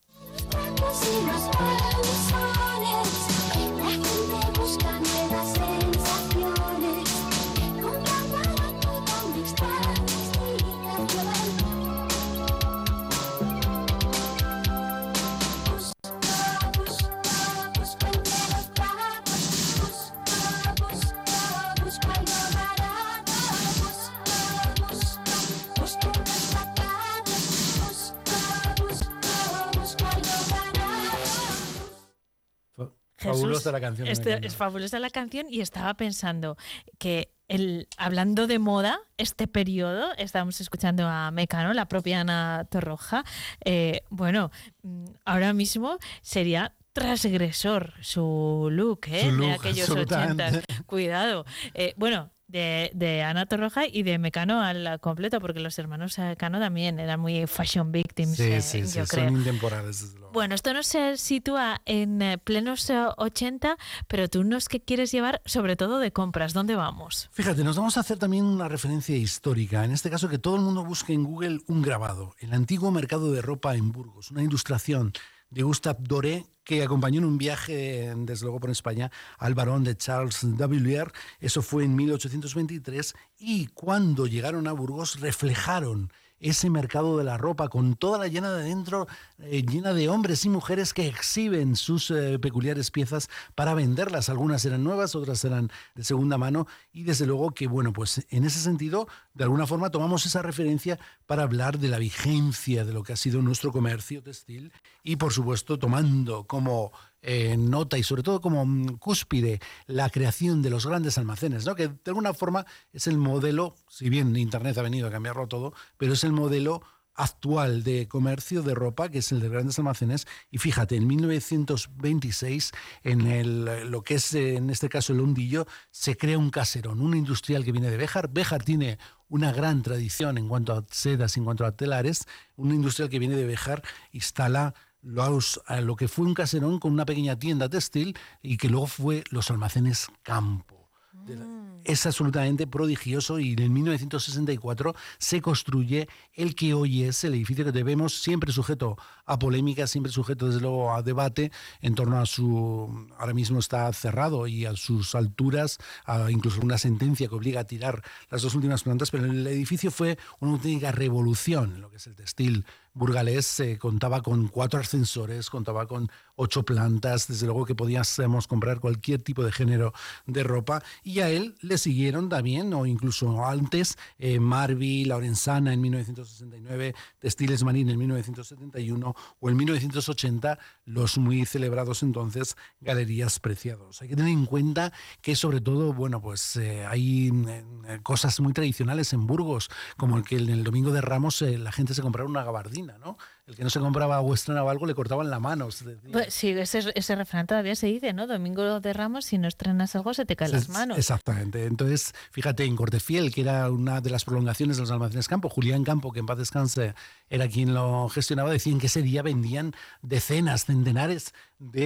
Jesús, fabulosa la canción. Este, es fabulosa la canción y estaba pensando que el, hablando de moda, este periodo, estábamos escuchando a Mecano, la propia Ana Torroja, eh, bueno, ahora mismo sería transgresor su look, ¿eh? Su look, de aquellos ochenta. Cuidado. Eh, bueno, de, de Ana Torroja y de Mecano al completo, porque los hermanos Cano también eran muy fashion victims. Sí, eh, sí, yo sí, creo. son intemporales, desde luego. Bueno, esto no se sitúa en eh, plenos eh, ochenta, pero tú nos que quieres llevar sobre todo de compras. ¿Dónde vamos? Fíjate, nos vamos a hacer también una referencia histórica. En este caso, que todo el mundo busque en Google un grabado. El antiguo mercado de ropa en Burgos, una ilustración de Gustave Doré, que acompañó en un viaje, desde luego por España, al barón de Charles de Villiers. Eso fue en mil ochocientos veintitrés, y cuando llegaron a Burgos reflejaron ese mercado de la ropa con toda la llena de dentro, eh, llena de hombres y mujeres que exhiben sus eh, peculiares piezas para venderlas. Algunas eran nuevas, otras eran de segunda mano, y desde luego que, bueno, pues en ese sentido, de alguna forma tomamos esa referencia para hablar de la vigencia de lo que ha sido nuestro comercio textil y, por supuesto, tomando como eh, nota y sobre todo como mm, cúspide la creación de los grandes almacenes, ¿no? Que de alguna forma es el modelo, si bien Internet ha venido a cambiarlo todo, pero es el modelo actual de comercio de ropa, que es el de grandes almacenes. Y fíjate, en mil novecientos veintiséis, en el, lo que es en este caso el Hundillo, se crea un caserón, un industrial que viene de Béjar. Béjar tiene una gran tradición en cuanto a sedas, en cuanto a telares. Un industrial que viene de Béjar instala Los, lo que fue un caserón con una pequeña tienda textil y que luego fue los almacenes Campo. Mm. Es absolutamente prodigioso, y en mil novecientos sesenta y cuatro se construye el que hoy es el edificio que vemos, siempre sujeto a polémica, siempre sujeto desde luego a debate en torno a su... Ahora mismo está cerrado y a sus alturas, a incluso una sentencia que obliga a tirar las dos últimas plantas, pero el edificio fue una auténtica revolución en lo que es el textil burgalés. Eh, contaba con cuatro ascensores, contaba con ocho plantas, desde luego que podíamos comprar cualquier tipo de género de ropa, y a él le siguieron también, o incluso antes, eh, Marvi, Laurensana en mil novecientos sesenta y nueve, Textiles Marín en mil novecientos setenta y uno, o en mil novecientos ochenta los muy celebrados entonces Galerías Preciados. Hay que tener en cuenta que sobre todo, bueno, pues eh, hay eh, cosas muy tradicionales en Burgos, como el que en el Domingo de Ramos eh, la gente se compraba una gabardina, ¿no? El que no se compraba o estrenaba algo le cortaban la mano. Pues sí, ese, ese refrán todavía se dice, ¿no? Domingo de Ramos, si no estrenas algo se te caen las manos. Exactamente. Entonces, fíjate, en Cortefiel, que era una de las prolongaciones de los almacenes Campo, Julián Campo, que en paz descanse, era quien lo gestionaba, decían que ese día vendían decenas, centenares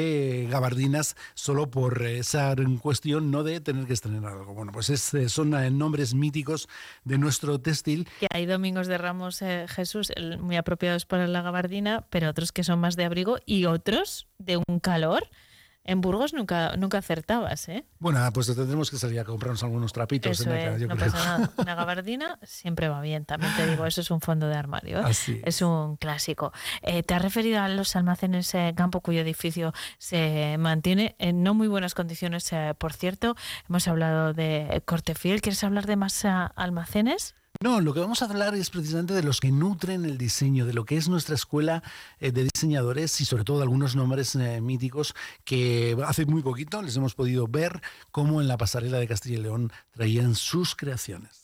de gabardinas solo por esa cuestión, no de tener que estrenar algo. Bueno, pues es, son nombres míticos de nuestro textil. Que hay domingos de Ramos, eh, Jesús, muy apropiados para la gabardina, pero otros que son más de abrigo y otros de un calor. En Burgos nunca, nunca acertabas, ¿eh? Bueno, pues tendremos que salir a comprarnos algunos trapitos. Eso en es, acá, yo no creo. pasa nada. Una gabardina siempre va bien, también te digo, eso es un fondo de armario, ¿eh? Así es. Es un clásico. Eh, te has referido a los almacenes eh, Campo, cuyo edificio se mantiene en no muy buenas condiciones, eh, por cierto. Hemos hablado de Cortefiel. ¿Quieres hablar de más uh, almacenes? No, lo que vamos a hablar es precisamente de los que nutren el diseño, de lo que es nuestra escuela eh, de diseñadores y sobre todo de algunos nombres eh, míticos que hace muy poquito les hemos podido ver cómo en la pasarela de Castilla y León traían sus creaciones.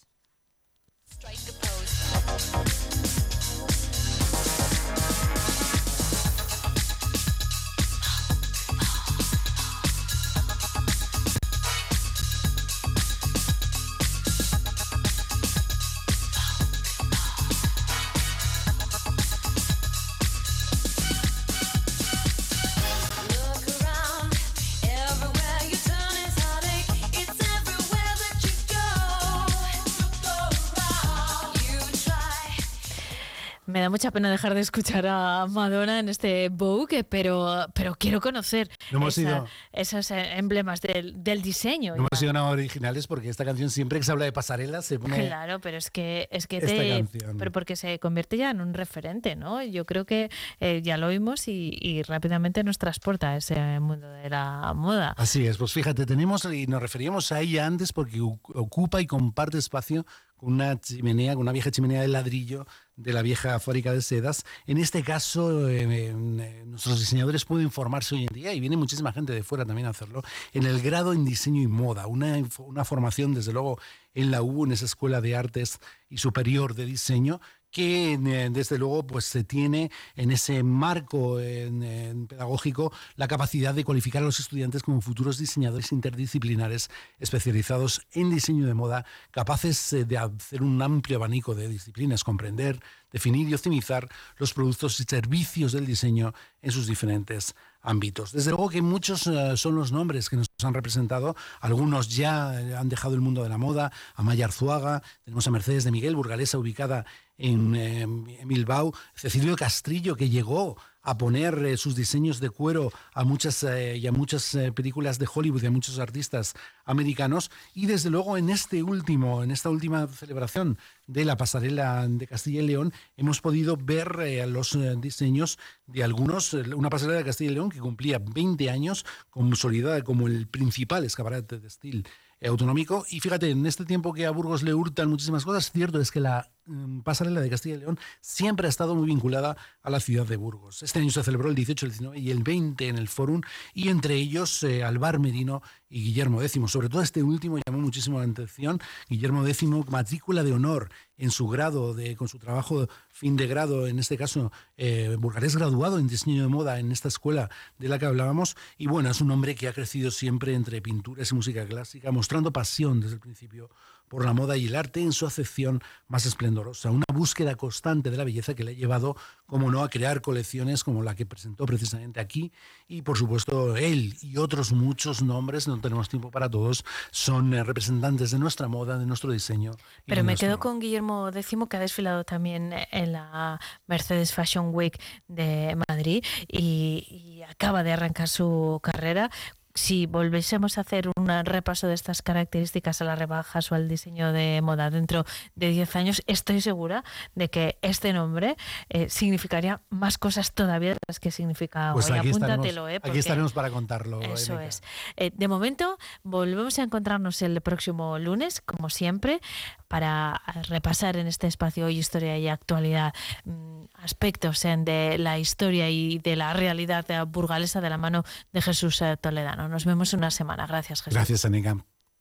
Me da mucha pena dejar de escuchar a Madonna en este Vogue, pero, pero quiero conocer no hemos esa, sido, esos emblemas del, del diseño. No hemos sido nada originales porque esta canción siempre que se habla de pasarelas se pone... Claro, pero es que, es que esta te... canción. Pero porque se convierte ya en un referente, ¿no? Yo creo que eh, ya lo oímos y, y rápidamente nos transporta a ese mundo de la moda. Así es, pues fíjate, tenemos, y nos referíamos a ella antes porque ocupa y comparte espacio con una chimenea, con una vieja chimenea de ladrillo de la vieja fábrica de sedas. En este caso, eh, eh, nuestros diseñadores pueden formarse hoy en día, y viene muchísima gente de fuera también a hacerlo, en el grado en diseño y moda, una, una formación desde luego en la U, en esa escuela de artes y superior de diseño, que desde luego pues se tiene en ese marco en, en pedagógico la capacidad de cualificar a los estudiantes como futuros diseñadores interdisciplinares especializados en diseño de moda, capaces de hacer un amplio abanico de disciplinas, comprender, definir y optimizar los productos y servicios del diseño en sus diferentes ámbitos. Desde luego que muchos uh, son los nombres que nos han representado, algunos ya han dejado el mundo de la moda, Amaya Arzuaga, tenemos a Mercedes de Miguel, burgalesa ubicada en, eh, en Bilbao, Cecilio Castrillo, que llegó a poner eh, sus diseños de cuero a muchas eh, y a muchas eh, películas de Hollywood y a muchos artistas americanos, y desde luego en este último, en esta última celebración de la pasarela de Castilla y León hemos podido ver eh, los eh, diseños de algunos, eh, una pasarela de Castilla y León que cumplía veinte años, consolidada como el principal escaparate textil autonómico. Y fíjate, en este tiempo que a Burgos le hurtan muchísimas cosas, cierto es que la um, pasarela de Castilla y León siempre ha estado muy vinculada a la ciudad de Burgos. Este año se celebró el dieciocho, el diecinueve y el veinte en el Fórum, y entre ellos eh, Alvar Merino y Guillermo Décimo. Sobre todo este último llamó muchísimo la atención. Guillermo Décimo, matrícula de honor en su grado, de, con su trabajo fin de grado, en este caso eh, burgalés graduado en diseño de moda en esta escuela de la que hablábamos. Y bueno, es un hombre que ha crecido siempre entre pinturas y música clásica, mostrando pasión desde el principio por la moda y el arte en su acepción más esplendorosa. Una búsqueda constante de la belleza que le ha llevado, como no, a crear colecciones como la que presentó precisamente aquí. Y por supuesto, él y otros muchos nombres, no tenemos tiempo para todos, son eh, representantes de nuestra moda, de nuestro diseño. Pero me nuestro... quedo con Guillermo Décimo, que ha desfilado también en la Mercedes Fashion Week de Madrid y, y acaba de arrancar su carrera. Si volviésemos a hacer un repaso de estas características a las rebajas o al diseño de moda dentro de diez años, estoy segura de que este nombre eh, significaría más cosas todavía de las que significa pues hoy. Aquí Apúntatelo, estaremos, eh, aquí estaremos para contarlo. Eso Erika. es. Eh, de momento, volvemos a encontrarnos el próximo lunes, como siempre, para repasar en este espacio Hoy Historia y Actualidad mmm, aspectos eh, de la historia y de la realidad eh, burgalesa de la mano de Jesús eh, Toledano. Nos vemos en una semana. Gracias, Jesús. Gracias, Anika.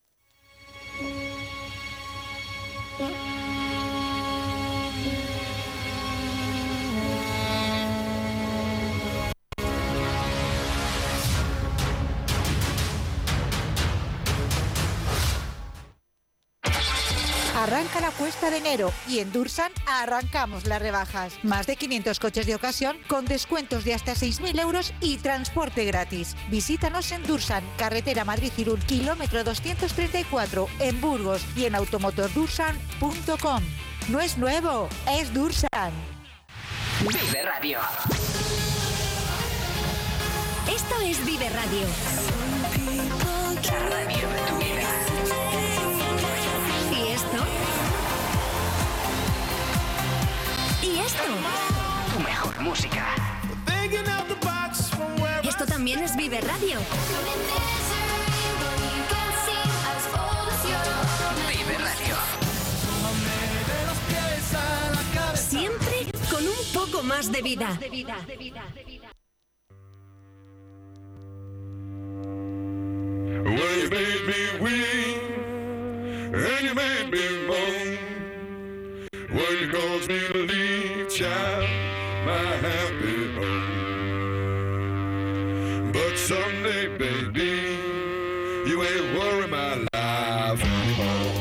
Arranca la cuesta de enero y en Dursan arrancamos las rebajas. Más de quinientos coches de ocasión con descuentos de hasta seis mil euros y transporte gratis. Visítanos en Dursan, carretera Madrid-Irún, kilómetro doscientos treinta y cuatro, en Burgos, y en automotordursan punto com. No es nuevo, es Dursan. Vive Radio. Esto es Vive Radio. La radio de tu vida. ¿Y esto? ¿Y esto? Tu mejor música. Esto también es Vive Radio. Vive Radio. Formas de vida. Well, you made me weak, and you made me moan. When you caused me to leave, child, my happy home. But someday, baby, you ain't worry my life anymore.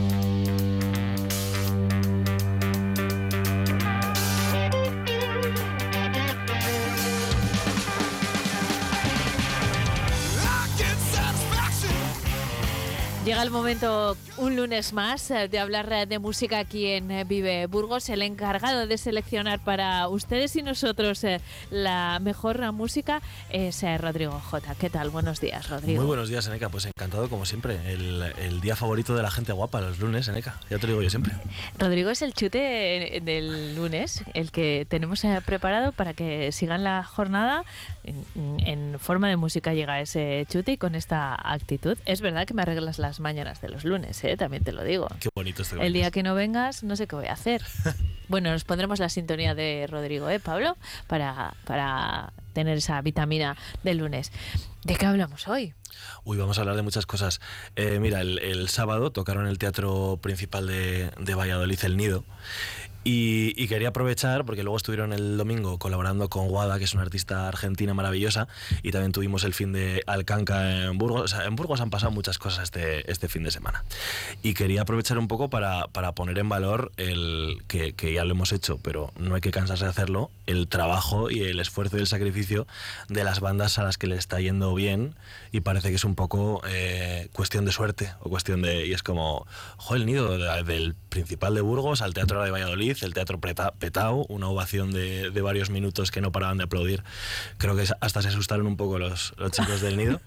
Llega el momento, un lunes más, de hablar de música aquí en Vive Burgos. El encargado de seleccionar para ustedes y nosotros la mejor música es Rodrigo J. ¿Qué tal? Buenos días, Rodrigo. Muy buenos días, Eneca. Pues encantado, como siempre. El, el día favorito de la gente guapa, los lunes, Eneca. Ya te lo digo yo siempre. Rodrigo es el chute del lunes, el que tenemos preparado para que sigan la jornada. En, en forma de música llega ese chute y con esta actitud. Es verdad que me arreglas las mañanas de los lunes, ¿eh? También te lo digo. Qué bonito este. El día que no vengas, no sé qué voy a hacer. Bueno, nos pondremos la sintonía de Rodrigo, ¿eh, Pablo? Para, para tener esa vitamina del lunes. ¿De qué hablamos hoy? Uy, vamos a hablar de muchas cosas. Eh, mira, el, el sábado tocaron en el Teatro Principal de, de Valladolid, El Nido. Y, y quería aprovechar, porque luego estuvieron el domingo colaborando con Guada, que es una artista argentina maravillosa, y también tuvimos el fin de Alcanca en Burgos. O sea, en Burgos han pasado muchas cosas este, este fin de semana. Y quería aprovechar un poco para, para poner en valor el que, que ya lo hemos hecho, pero no hay que cansarse de hacerlo, el trabajo y el esfuerzo y el sacrificio de las bandas a las que le está yendo bien, y parece que es un poco eh, cuestión de suerte, o cuestión de... Y es como, jo, El Nido, de, del Principal de Burgos al Teatro de Valladolid, el teatro petao, una ovación de, de varios minutos que no paraban de aplaudir. Creo que hasta se asustaron un poco los, los chicos del Nido.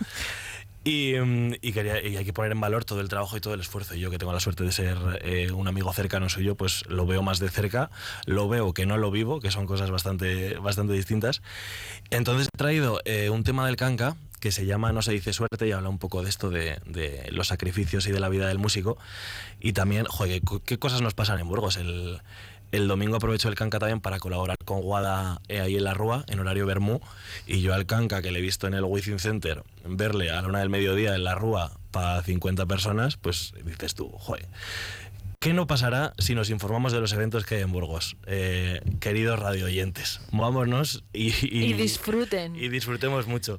Y, y, quería, y hay que poner en valor todo el trabajo y todo el esfuerzo. Y yo, que tengo la suerte de ser eh, un amigo cercano suyo, pues lo veo más de cerca, lo veo que no lo vivo, que son cosas bastante, bastante distintas. Entonces he traído eh, un tema del Canca que se llama No se dice suerte, y habla un poco de esto, de, de los sacrificios y de la vida del músico. Y también, joder, ¿qué, qué cosas nos pasan en Burgos? El, el domingo aprovecho el Canca también para colaborar con Guada eh, ahí en la Rúa, en horario Bermú, y yo al Canca, que le he visto en el Wizzing Center, verle a la una del mediodía en la Rúa para cincuenta personas, pues dices tú, joder, ¿qué no pasará si nos informamos de los eventos que hay en Burgos? Eh, queridos radio oyentes, movámonos y, y, y disfruten. Y disfrutemos mucho.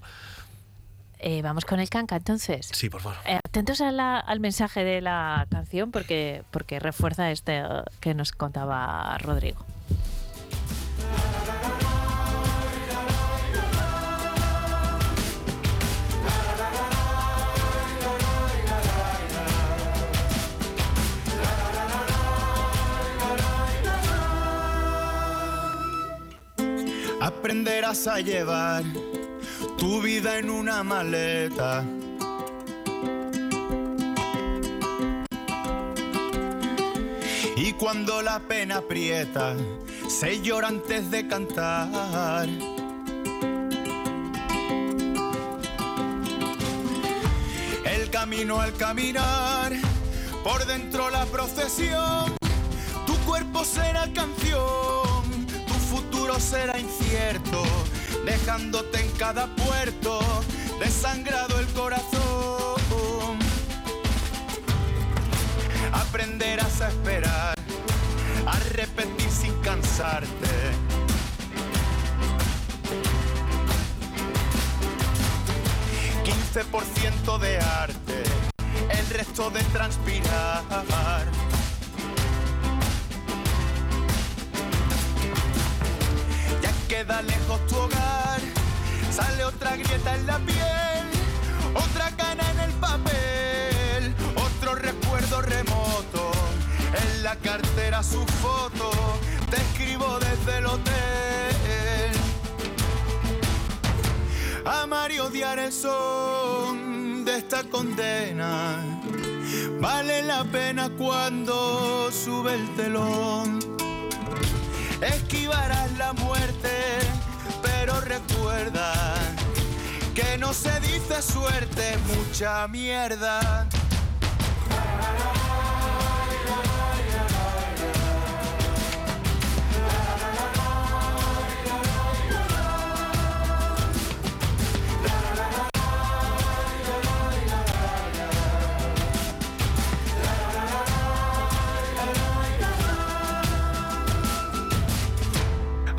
Eh, vamos con el Canca, entonces. Sí, por favor. Eh, atentos a la, al mensaje de la canción, porque, porque refuerza este uh, que nos contaba Rodrigo. Aprenderás a llevar tu vida en una maleta. Y cuando la pena aprieta, se llora antes de cantar. El camino al caminar, por dentro la procesión. Tu cuerpo será canción, tu futuro será incierto, dejándote en cada puerto, desangrado el corazón. Aprenderás a esperar, a repetir sin cansarte. quince por ciento de arte, el resto de transpirar. Ya queda lejos tu hogar, sale otra grieta en la piel, otra cana en el papel, otro recuerdo remoto, en la cartera su foto, te escribo desde el hotel. Amar y odiar el son de esta condena, vale la pena cuando sube el telón. Esquivarás la muerte, pero recuerda que no se dice suerte, mucha mierda.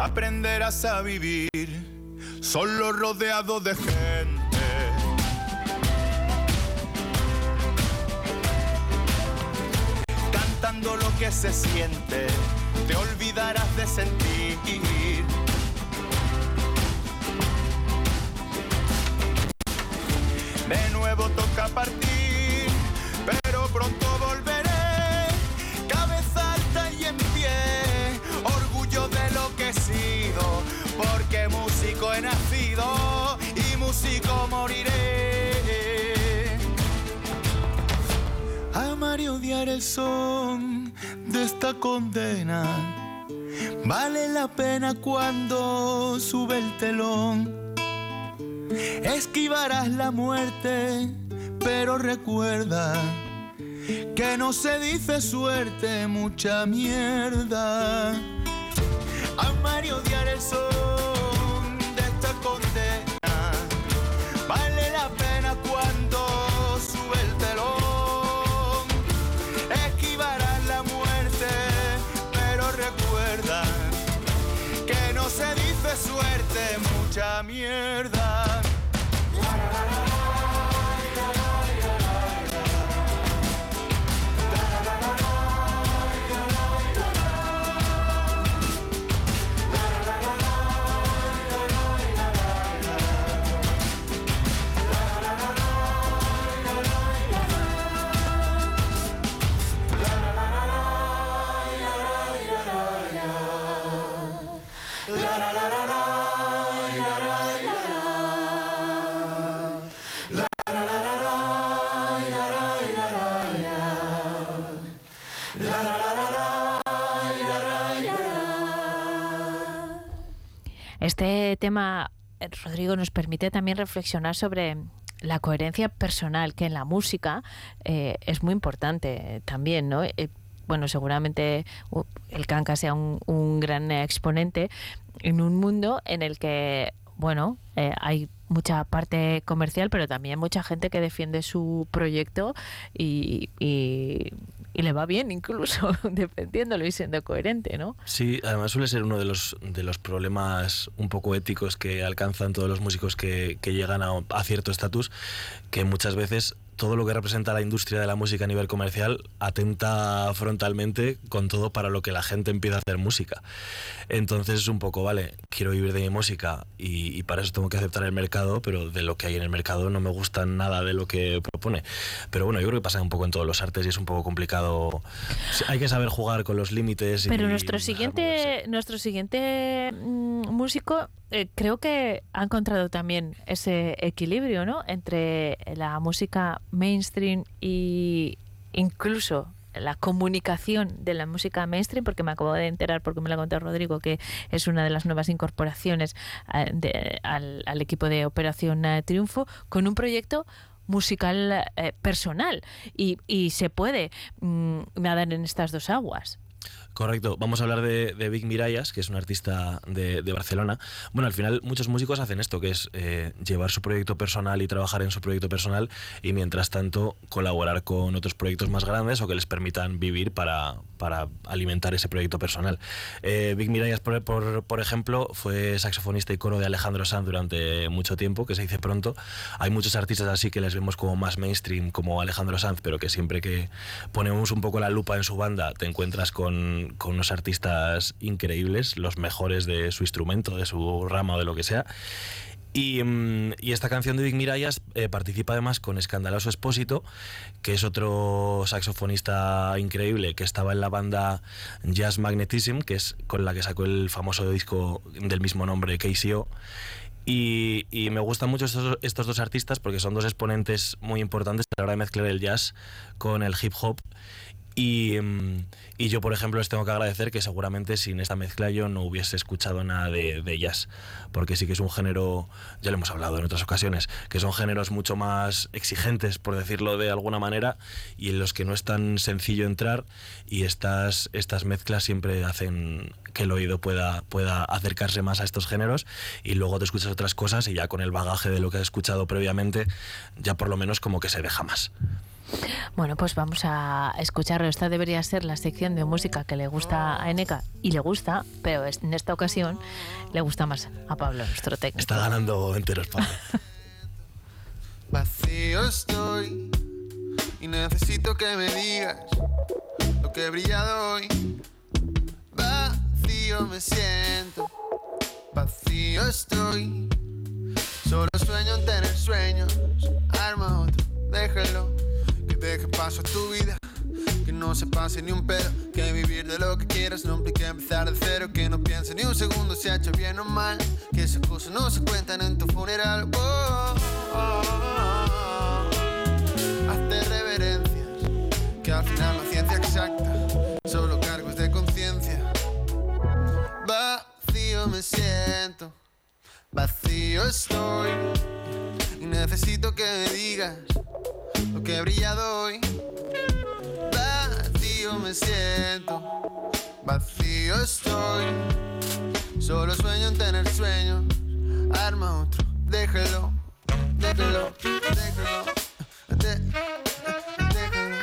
aprenderás a vivir solo rodeado de gente. Cantando lo que se siente, te olvidarás de sentir. De nuevo toca partir, pero pronto volveré, cabeza alta y en pie, orgullo de lo que he sido, porque músico he nacido y músico moriré. Amar y odiar el son de esta condena, vale la pena cuando sube el telón. Esquivarás la muerte, pero recuerda que no se dice suerte, mucha mierda. Amar y odiar el son de esta condena, vale la pena cuando sube el telón. Esquivarás la muerte, pero recuerda que no se dice suerte, mucha mierda. Este tema, Rodrigo, nos permite también reflexionar sobre la coherencia personal, que en la música eh, es muy importante también, ¿no? Eh, bueno, seguramente uh, el Kanka sea un, un gran exponente en un mundo en el que, bueno, eh, hay mucha parte comercial, pero también mucha gente que defiende su proyecto y, y, y le va bien incluso defendiéndolo y siendo coherente, ¿no? Sí, además suele ser uno de los, de los problemas un poco éticos que alcanzan todos los músicos que, que llegan a, a cierto estatus, que muchas veces todo lo que representa la industria de la música a nivel comercial atenta frontalmente con todo para lo que la gente empieza a hacer música. Entonces es un poco, vale, quiero vivir de mi música y, y para eso tengo que aceptar el mercado, pero de lo que hay en el mercado no me gusta nada de lo que propone. Pero bueno, yo creo que pasa un poco en todos los artes y es un poco complicado. Hay que saber jugar con los límites. Pero y nuestro siguiente, nuestro siguiente mmm, músico eh, creo que ha encontrado también ese equilibrio, ¿no? Entre la música mainstream y incluso la comunicación de la música mainstream, porque me acabo de enterar, porque me lo ha contado Rodrigo, que es una de las nuevas incorporaciones eh, de, al, al equipo de Operación eh, Triunfo, con un proyecto musical eh, personal y, y se puede mmm, nadar en estas dos aguas. Correcto. Vamos a hablar de, de Vic Mirallas, que es un artista de, de Barcelona. Bueno, al final muchos músicos hacen esto, que es eh, llevar su proyecto personal y trabajar en su proyecto personal y mientras tanto colaborar con otros proyectos más grandes o que les permitan vivir para, para alimentar ese proyecto personal. Eh, Vic Mirallas, por, por, por ejemplo, fue saxofonista y coro de Alejandro Sanz durante mucho tiempo, que se dice pronto. Hay muchos artistas así que les vemos como más mainstream, como Alejandro Sanz, pero que siempre que ponemos un poco la lupa en su banda te encuentras con con unos artistas increíbles, los mejores de su instrumento, de su rama o de lo que sea. Y, y esta canción de Vic Mirallas eh, participa además con Escandaloso Expósito, que es otro saxofonista increíble que estaba en la banda Jazz Magnetism, que es con la que sacó el famoso disco del mismo nombre, K C O. Y, y me gustan mucho estos, estos dos artistas porque son dos exponentes muy importantes a la hora de mezclar el jazz con el hip hop. Y, y yo, por ejemplo, les tengo que agradecer que seguramente sin esta mezcla yo no hubiese escuchado nada de, de jazz, porque sí que es un género, ya lo hemos hablado en otras ocasiones, que son géneros mucho más exigentes, por decirlo de alguna manera, y en los que no es tan sencillo entrar, y estas, estas mezclas siempre hacen que el oído pueda, pueda acercarse más a estos géneros, y luego te escuchas otras cosas y ya con el bagaje de lo que has escuchado previamente, ya por lo menos como que se deja más. Bueno, pues vamos a escucharlo. Esta debería ser la sección de música que le gusta a Eneka y le gusta, pero en esta ocasión le gusta más a Pablo, nuestro técnico. Está ganando enteros, Pablo. Vacío estoy y necesito que me digas lo que he brillado hoy. Vacío me siento, vacío estoy. Solo sueño en tener sueños. Arma otro, déjalo. Que deje paso a tu vida. Que no se pase ni un pedo. Que vivir de lo que quieras no implica empezar de cero. Que no piense ni un segundo si ha hecho bien o mal. Que esas cosas no se cuentan en tu funeral. Oh, oh, oh, oh. Hazte reverencias. Que al final no es ciencia exacta. Solo cargos de conciencia. Vacío me siento. Vacío estoy y necesito que me digas lo que he brillado hoy. Vacío me siento, vacío estoy. Solo sueño en tener sueños. Arma otro, déjelo, déjelo, déjelo, de, déjelo.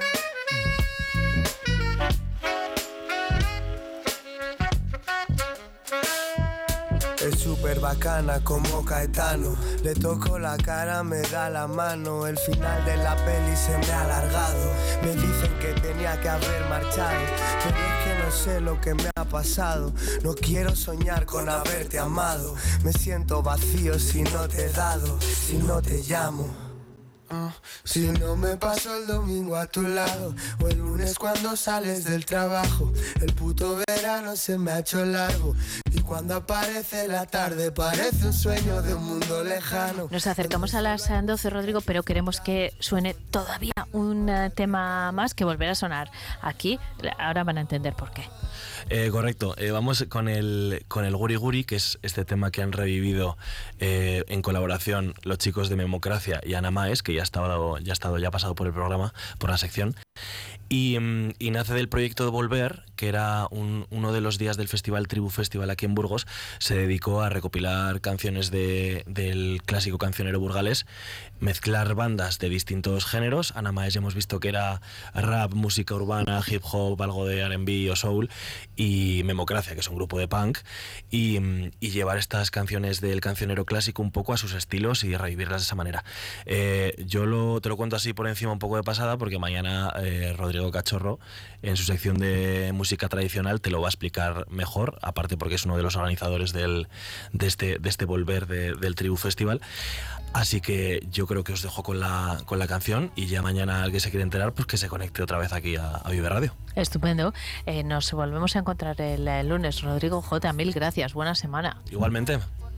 Es súper bacana como Caetano. Le toco la cara, me da la mano. El final de la peli se me ha alargado. Me dicen que tenía que haber marchado, pero es que no sé lo que me ha pasado. No quiero soñar con haberte amado. Me siento vacío si no te he dado, si no te llamo. Uh, si no me paso el domingo a tu lado, o el lunes cuando sales del trabajo. El puto verano se me ha hecho largo, y cuando aparece la tarde parece un sueño de un mundo lejano. Nos acercamos a las doce, Rodrigo, pero queremos que suene todavía un uh, tema más que volverá a sonar aquí. Ahora van a entender por qué. Eh, correcto, eh, vamos con el, con el Guri Guri, que es este tema que han revivido eh, en colaboración los chicos de Memocracia y Ana Maes, que ya ha estado, ya ha estado, ya ha pasado por el programa, por la sección. Y, y nace del proyecto de Volver, que era un, uno de los días del festival Tribu Festival aquí en Burgos. Se dedicó a recopilar canciones de, del clásico cancionero burgalés, mezclar bandas de distintos géneros. Ana Maes ya hemos visto que era rap, música urbana, hip hop, algo de R and B o soul, y Memocracia, que es un grupo de punk, y, y llevar estas canciones del cancionero clásico un poco a sus estilos y revivirlas de esa manera. Eh, yo lo, te lo cuento así por encima un poco de pasada, porque mañana eh, Rodrigo Cachorro, en su sección de música tradicional, te lo va a explicar mejor, aparte porque es uno de los organizadores del, de, este, de este Volver de, del Tribu Festival. Así que yo creo que os dejo con la, con la canción, y ya mañana el que se quiere enterar, pues que se conecte otra vez aquí a, a Vive Radio. Estupendo. Eh, nos volvemos a encontrar el, el lunes. Rodrigo J, mil gracias. Buena semana. Igualmente.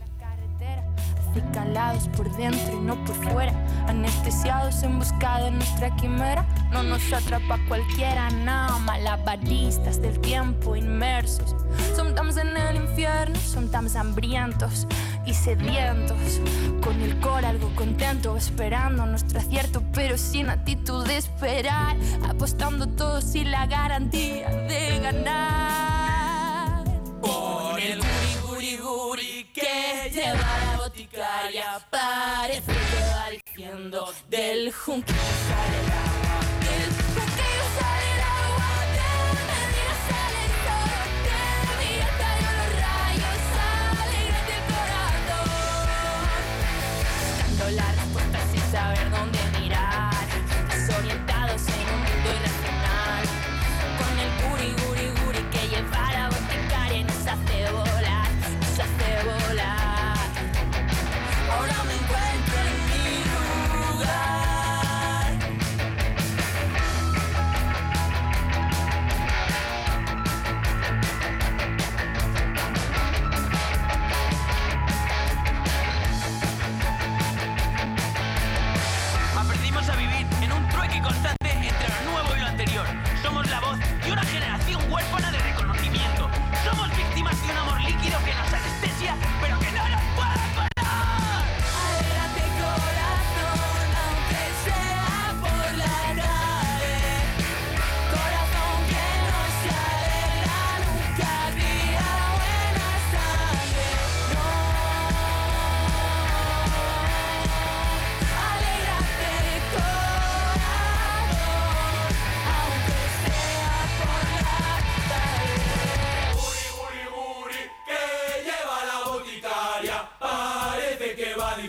Calados por dentro y no por fuera, anestesiados en busca de nuestra quimera. No nos atrapa cualquiera, no, malabaristas del tiempo inmersos. Somos en el infierno, somos hambrientos y sedientos, con el core algo contento, esperando nuestro acierto, pero sin actitud de esperar, apostando todo sin la garantía de ganar. Pon el guri guri guri que lleva la boticaria, parece que va diciendo del junquillo sale el agua, del junquillo sale el agua, del medida sale el sol, del día cayó los rayos, alegres del corazón, buscando la respuesta sin saber dónde mirar, desorientados en un mundo irracional, con el guri guri guri que lleva la boticaria y nos hace volar, nos hace volar. Ahora me encuentro en mi lugar.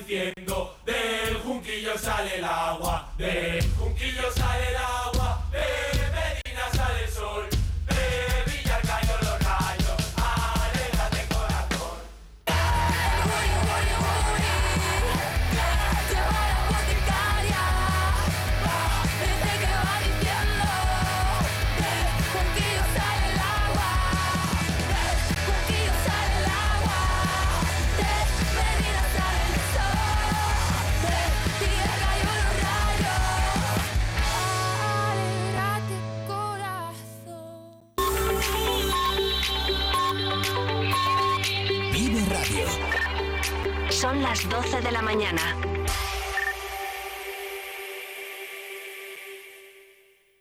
diciendo, del Junquillo sale el agua, del Junquillo sale el agua, de Medina sale el sol, de Villarcayo los rayos, alégrate corazón. Lleva la boticaria, desde que va diciendo, del Junquillo sale el agua, del Junquillo sale el agua, de Medina sale el sol, de Villarcayo los rayos, alégrate corazón. Vive Radio. Son las doce de la mañana.